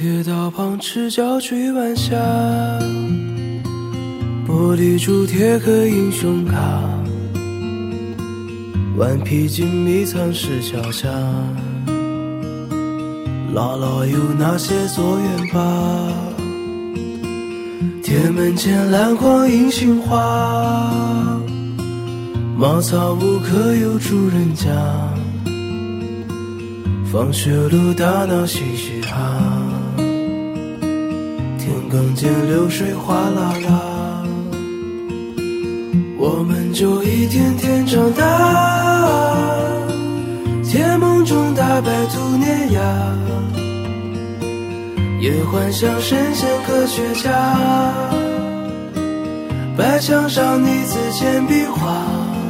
铁道旁赤脚追晚霞，玻璃珠贴个英雄卡，顽皮筋迷藏石桥下，姥姥有那些作业吧，铁门前篮筐银杏花，茅草屋可有住人家，放学路打闹嘻嘻哈，田埂间流水哗啦啦，我们就一天天长大，甜梦中打败兔年牙，也幻想神仙科学家，白墙上泥字简笔画，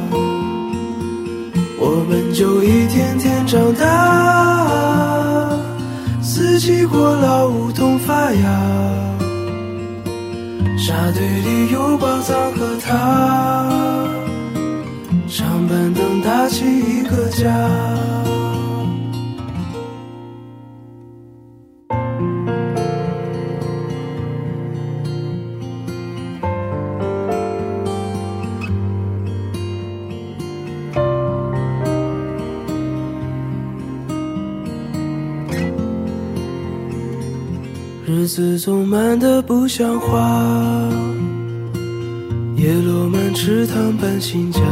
我们就一天天长大，四季过老梧桐发芽，沙堆里有宝藏和他，长板凳搭起一个家。日子总慢得不像话，叶落满池塘搬新家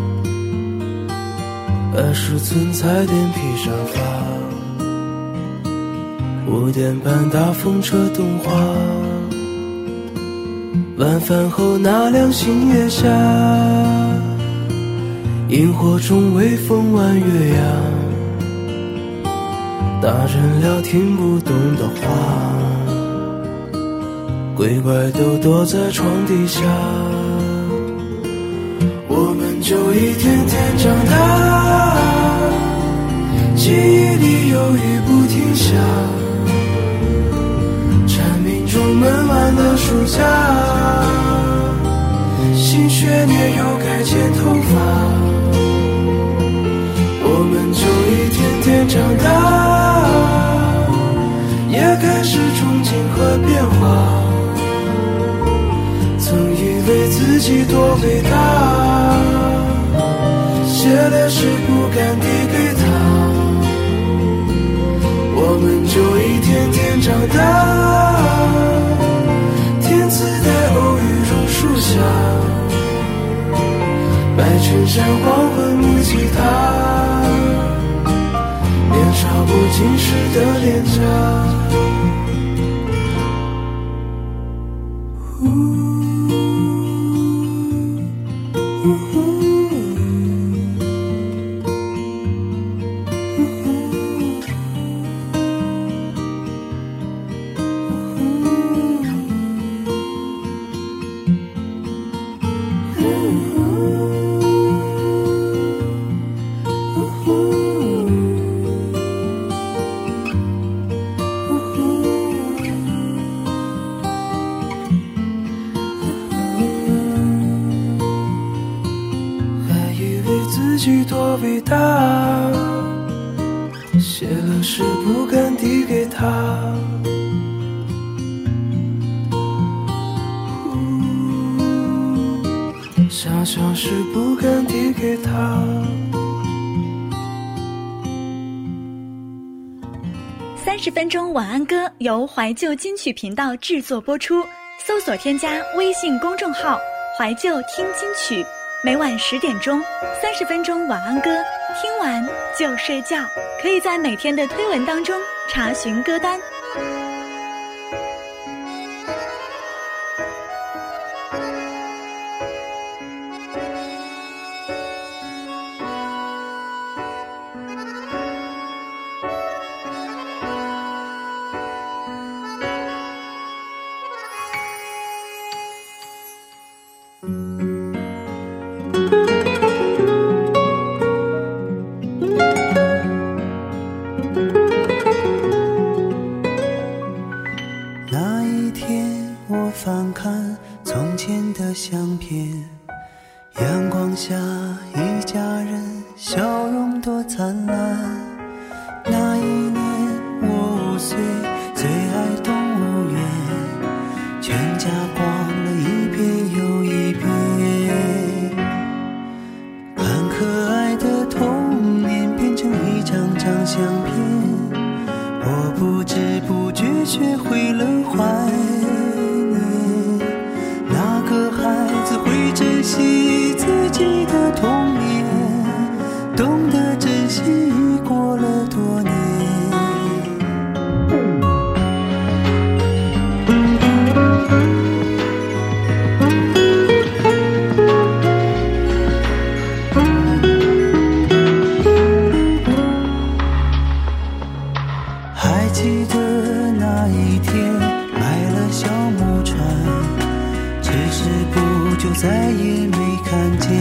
，20寸彩电披上发，5点半大风车动画，晚饭后那辆新月下，萤火虫微风弯月牙，大人聊听不懂的话，鬼怪都躲在床底下，我们就一天天长大，记忆里有雨不停下，蝉鸣中闷完的暑假，新学年又该剪头发，我们就一天天长大，也开始憧憬和变化，曾以为自己多伟大，写了诗不敢递给他，我们就一天天长大，天自带偶遇榕树下，白衬衫黄昏木吉他，年少不经事的脸颊。自己多伟大，写了诗不敢递给他，想想诗不敢递给他。 30分钟晚安歌由怀旧金曲频道制作播出，搜索添加微信公众号怀旧听金曲，每晚10点钟30分钟晚安歌，听完就睡觉，可以在每天的推文当中查询歌单。 不知不觉学会了怀念，哪个孩子会珍惜自己的童年，懂得珍惜已过了多年。还记得那一天买了小木船，只是不久再也没看见。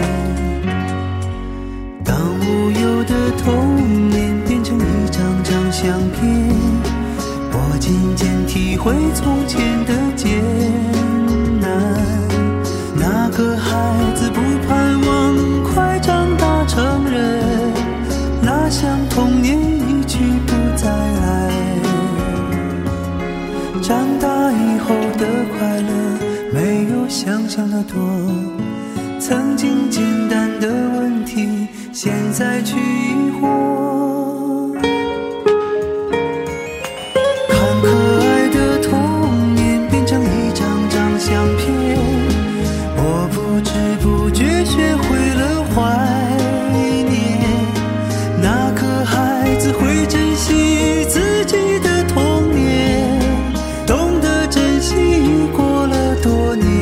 当无忧的童年变成一张张相片，我渐渐体会从前的艰难。那个孩子不盼望快长大成人，哪想童年一去不再来。长大以后的快乐没有想象的多，曾经简单的问题现在去疑惑。看可爱的童年变成一张张相片，我不知不觉学会了怀念。哪个孩子会珍惜自己的童年，懂得珍惜已过了多年。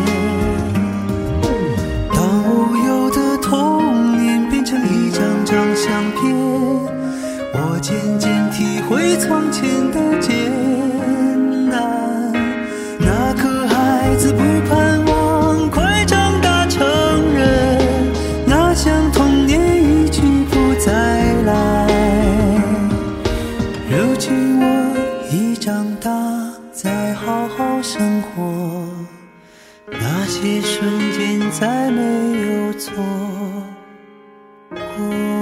当无忧的童年变成一张张相片，我渐渐体会从前的艰难。那个孩子不盼望快长大成人，哪想童年一去不再来。如今我已长大，再好好生活，那些瞬间再没有错过。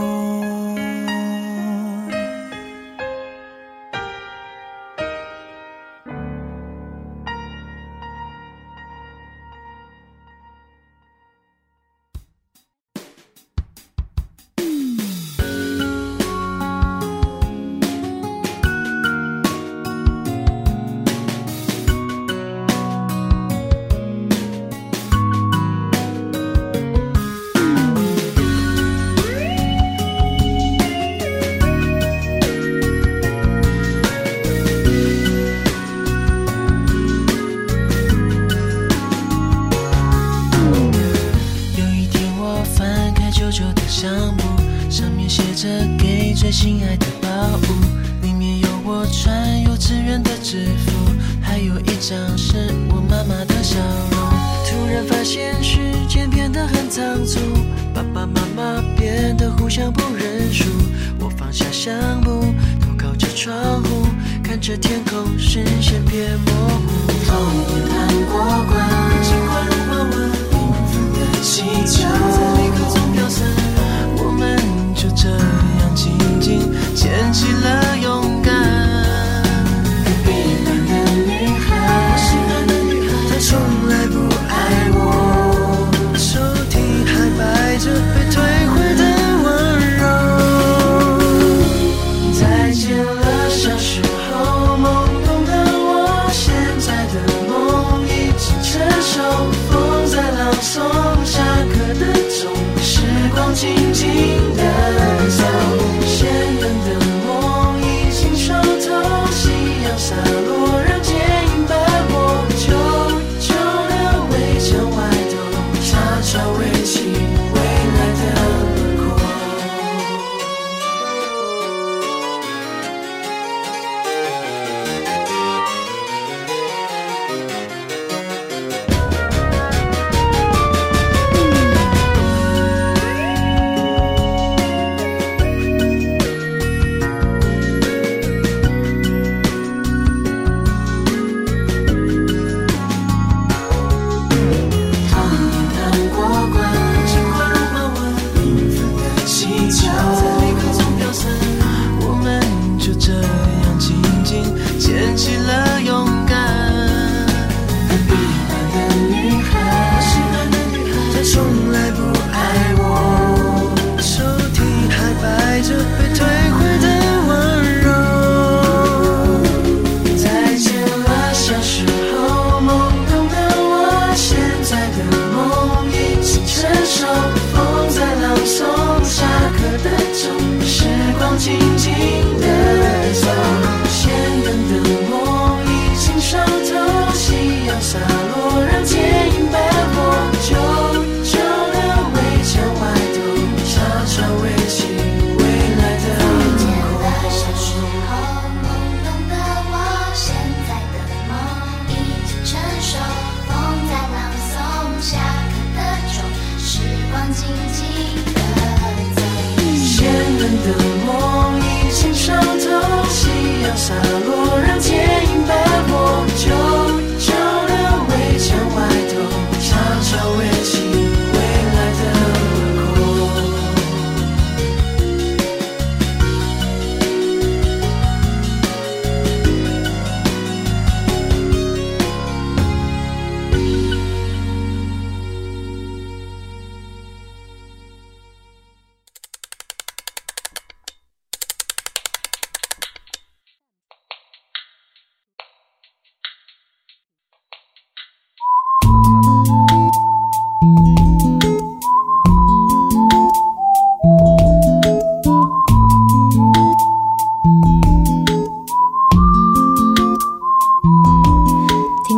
最心爱的宝物，里面有我穿幼稚园的制服，还有一张是我妈妈的笑容。突然发现时间变得很仓促，爸爸妈妈变得互相不认输。我放下相簿，头靠着窗户，看着天空，视线变模糊。风也看过关，尽管如花纹缤纷的气球在离口中飘散，我们就这样静静牵起了勇敢。隔壁班的女孩，我心爱的女孩，她从来不爱我，抽屉还摆着被退回的温柔。再见了小时候懵懂的我，现在的梦已经成熟。风在朗诵下课的钟，时光静静地走，仙人的梦已经熟透，夕阳洒落让剪影斑驳，旧旧的围墙外头，悄悄围起未来的轮廓。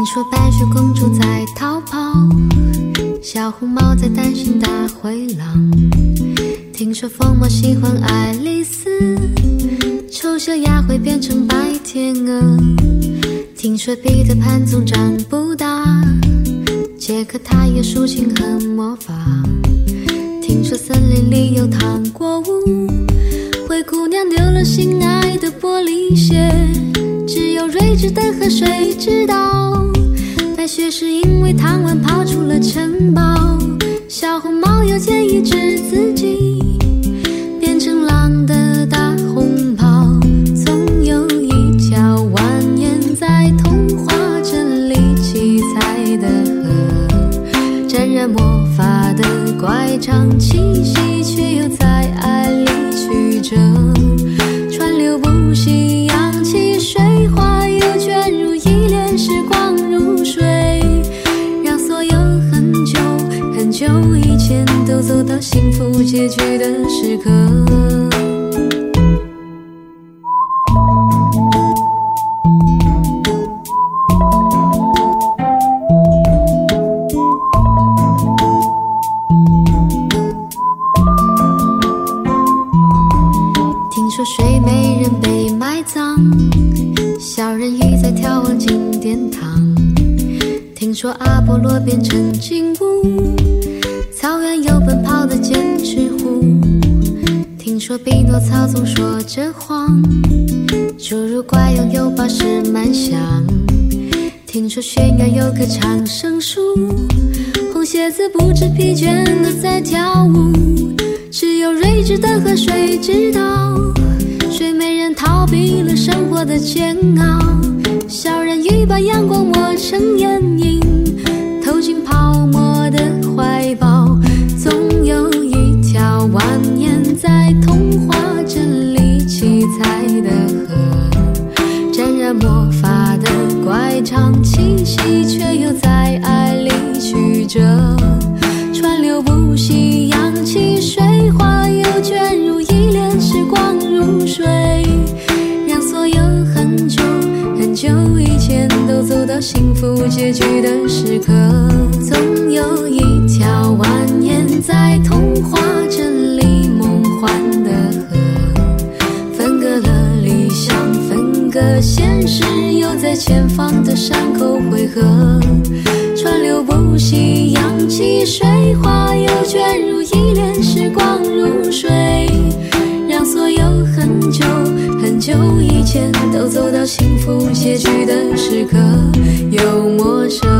说白雪公主在逃跑，小红帽在担心大灰狼。听说疯帽喜欢爱丽丝，丑小鸭会变成白天鹅。听说彼得潘总长不大，杰克他有竖琴和魔法。听说森林里有糖果屋，灰姑娘丢了心爱的玻璃鞋，只有睿智的河水知道，白雪是因为贪玩跑出了城堡。小红帽又建议治自己变成狼的大红袍，总有一条蜿蜒在童话镇里七彩的河，沾染魔法的乖张气息，却又在爱里曲折，川流不息，扬起水花，又卷入一帘时光如水，让所有很久很久以前都走到幸福结局的时刻。听说睡美人被埋葬，小人鱼在眺望金殿堂。听说阿波罗变成金乌，草原有奔跑的剑齿虎。听说匹诺曹总说着谎，侏儒怪拥有宝石满箱。听说悬崖有棵长生树，红鞋子不知疲倦地在跳舞，只有睿智的河水知道，睡美人逃避了生活的煎熬，小人鱼把阳光抹成眼影，投进泡沫的怀抱，总有一条蜿蜒在童话镇里七彩的河，沾染魔法的乖张气息，却又在爱里曲折，川流不息，扬起水花，又卷入一帘时光如水，让所有很久很久以前都走到幸福结局的时刻。总有一条蜿蜒在童话镇里梦幻的河，分隔了理想，分隔现实，又在前方的山口汇合，川流不息，扬起水花，又卷入一帘时光如水，让所有很久很久以前都走到幸福结局的时刻。有陌生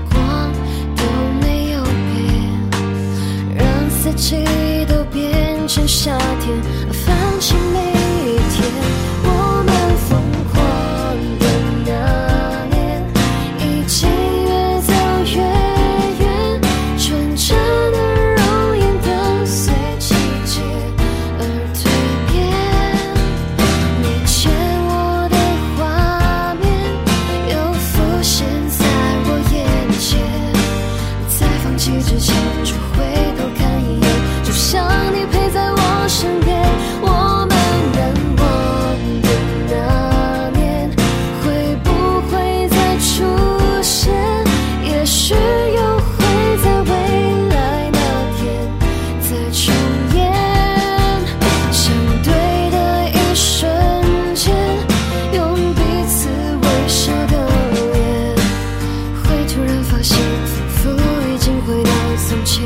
四季都变成夏天，放弃每一天。我们疯狂的那年，一起越走越远，纯真的容颜跟随季节而蜕变。你牵我的画面又浮现在我眼前，在放弃之前就回头看一眼，就像你陪在我身边。我们难忘的那年，会不会再出现？也许又会在未来那天再重演。相对的一瞬间，用彼此微笑的脸，会突然发现仿佛已经回到从前。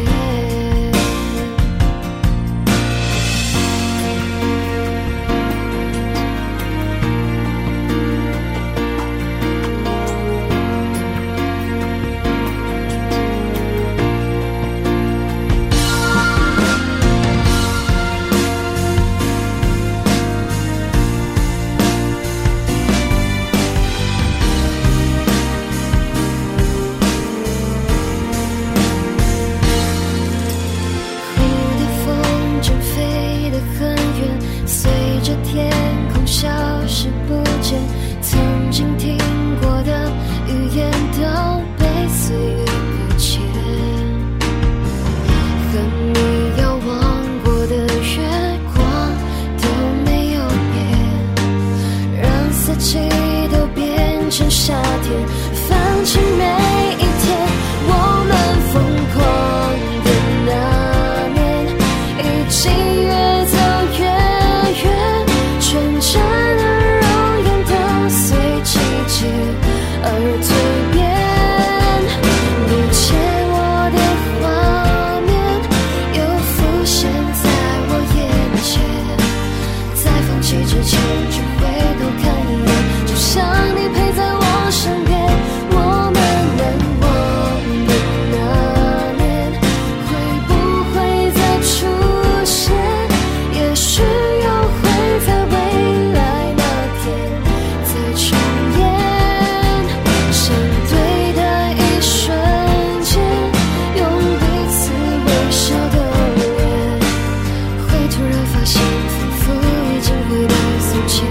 夏天，放弃每一天。我们疯狂的那年，一起越走越远，纯真的容颜跟随季节而蜕变。你牵我的画面又浮现在我眼前，在放弃之前就回头看一眼，就像你陪在我身边。我们难忘的那年，会不会再出现？也许又会在未来那天再重演。相对的一瞬间，用彼此微笑的脸，会突然发现仿佛已经回到从前。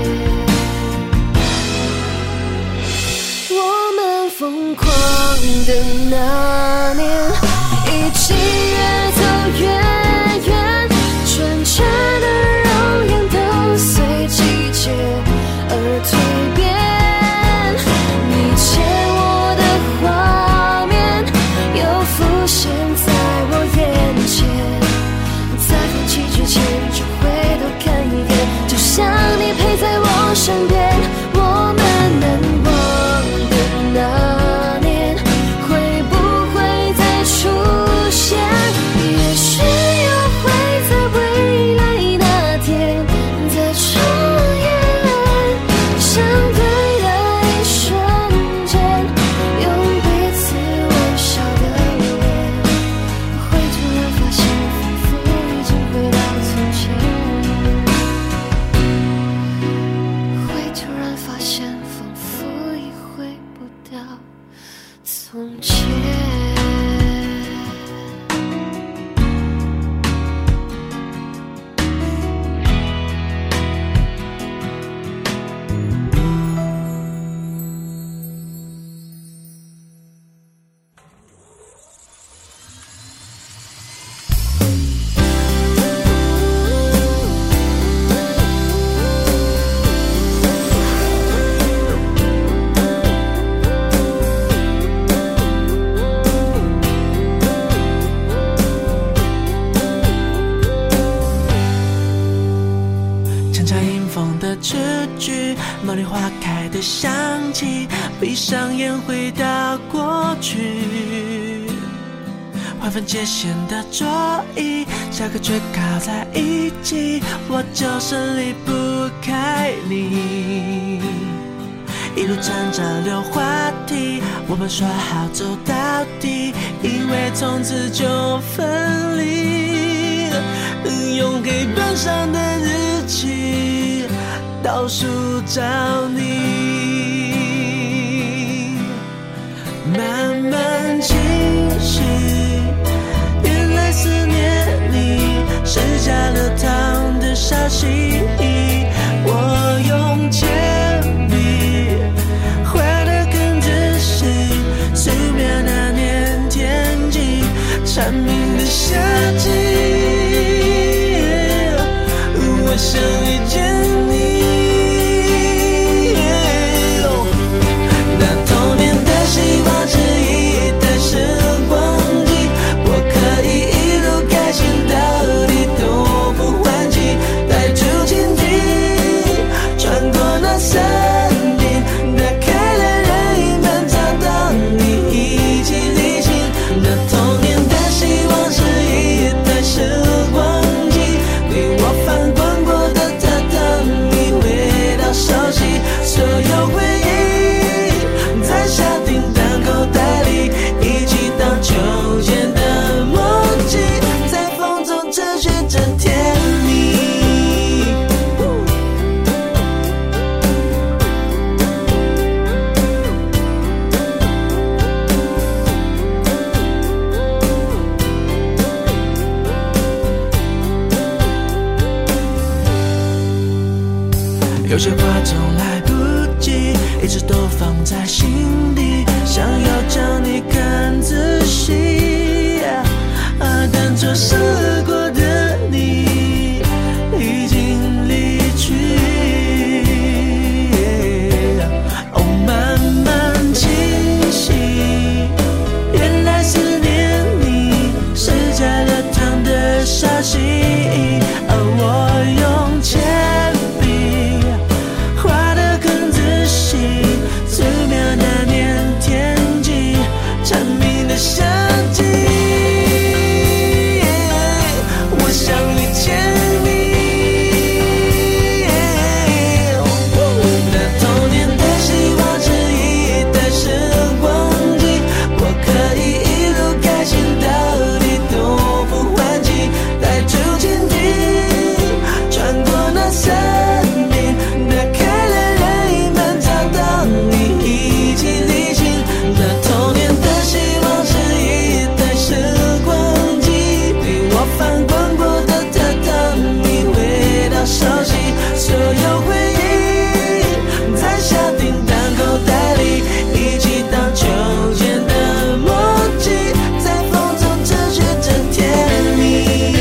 疯狂的那年，一起越走越远，纯真的容颜跟随季节而蜕变。你牵我的画面又浮现在我眼前，在放弃之前就回头看一眼，就像你陪在我身边。我们难忘的那年，会不会再出现？也许又会在未来那天再重演。相对的一瞬间，用彼此微笑的脸，会突然发现仿佛已经回到从前。会突然发现仿佛已回不到从前。 茉莉花开的香气，闭上眼回到过去。划分界限的桌椅，下课却靠在一起，我就是离不开你。一路站着溜话题，我们说好走到底，因为从此就分离。 用黑板上的日期倒数找你，慢慢清晰，原来思念你是加了糖的沙西，我用铅笔画得更仔细，素描那年天气蝉鸣的夏季，我想遇见你。那童年的希望是一台时光机，我可以一路开心到底都不换气，带出蜻蜓，穿过那森林，打开了任意门，找到你一起旅行。那童年的希望是一台时光机，对我翻滚过的榻榻米，味道熟悉，所有回忆在下订单口袋里，一起荡秋千的默契，在风中持续着甜蜜。有些话总来不及，一直都放在心底，想要将你看仔细，但错失过的你已经离去。哦，慢慢清晰，原来思念你是加了糖的沙西，我用铅笔画得更仔细，素描那年天气蝉鸣的夏季，我想遇见你。那童年的希望是一台时光机，我可以一路开心到底都不换气，带出蜻蜓，穿过那森林，打开了任意门，找到你一起旅行。那童年的希望是一台时光机，对我翻滚过的榻榻米，味道熟悉，所有回忆在下订单口袋里，一起荡秋千的默契，在风中持续着甜蜜。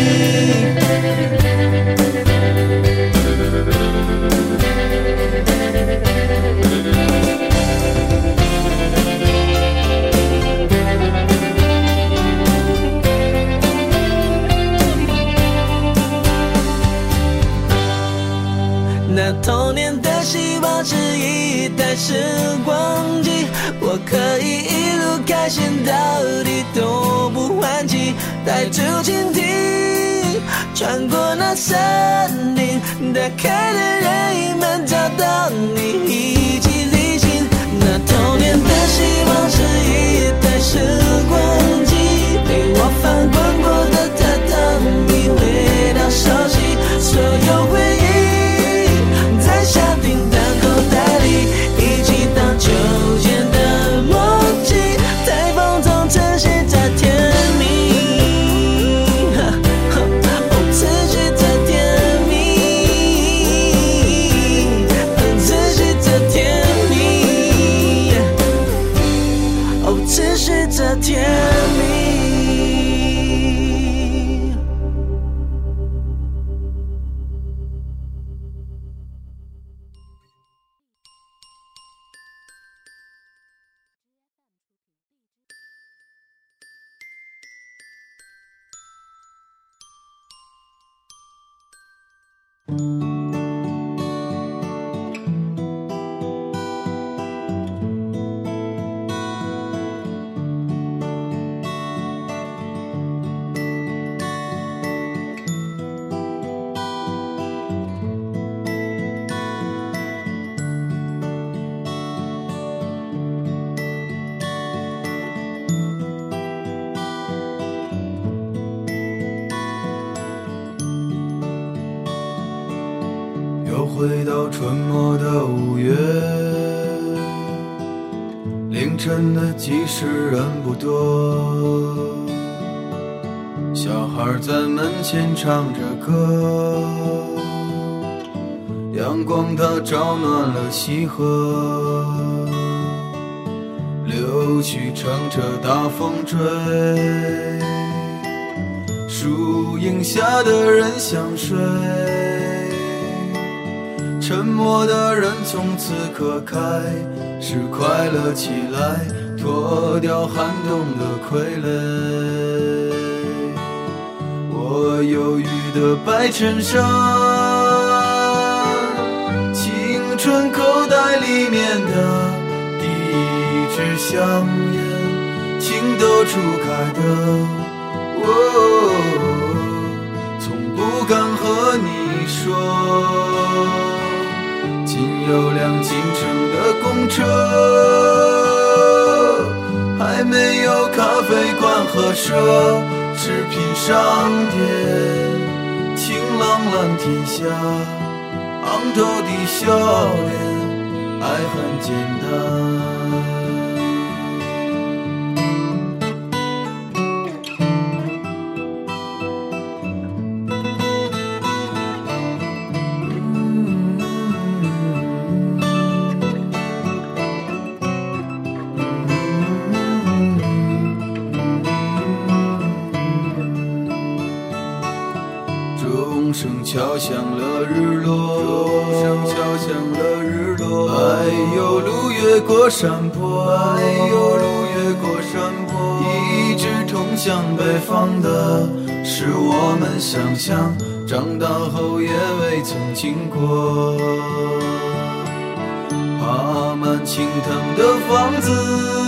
那童年的希望是一台时光机，我可以一路开心到底都不换气，带出蜻蜓，穿过那森林，打开了任意门，找到你一起旅行。那童年的希望是一台时光机，被我翻滚过的榻榻米，味道熟悉，所有回忆在下订单口袋里，一起荡秋千的默契，在风中持续着甜蜜，持续着甜蜜，持续着甜蜜，持续着甜蜜。 回到春末的5月，凌晨的集市人不多，小孩在门前唱着歌，阳光它照暖了溪河，柳絮乘着大风追，树荫下的人想睡，沉默的人从此刻开始快乐起来，脱掉寒冬的傀儡。我忧郁的白衬衫，青春口袋里面的第一支香烟，情窦初开的从不敢和你说，仅有辆进城的公车，还没有咖啡馆和奢侈品商店，晴朗蓝天下，昂头的笑脸，爱很简单。钟声敲响了日落，哎呦路越过山坡，一直通向北方的是我们想象，长大后也未曾经过。爬满青藤的房子，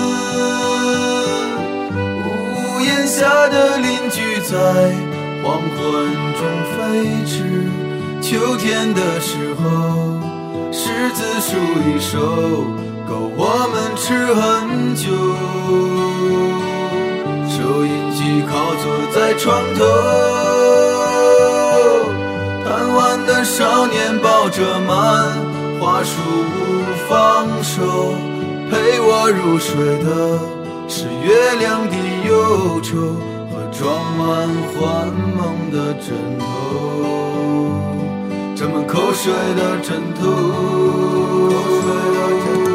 屋檐下的邻居在黄昏中飞驰，秋天的时候，柿子树一熟，够我们吃很久。收音机靠坐在床头，贪玩的少年抱着漫画书不放手，陪我入睡的是月亮的忧愁，装满幻梦的枕头，沾满口水的枕头。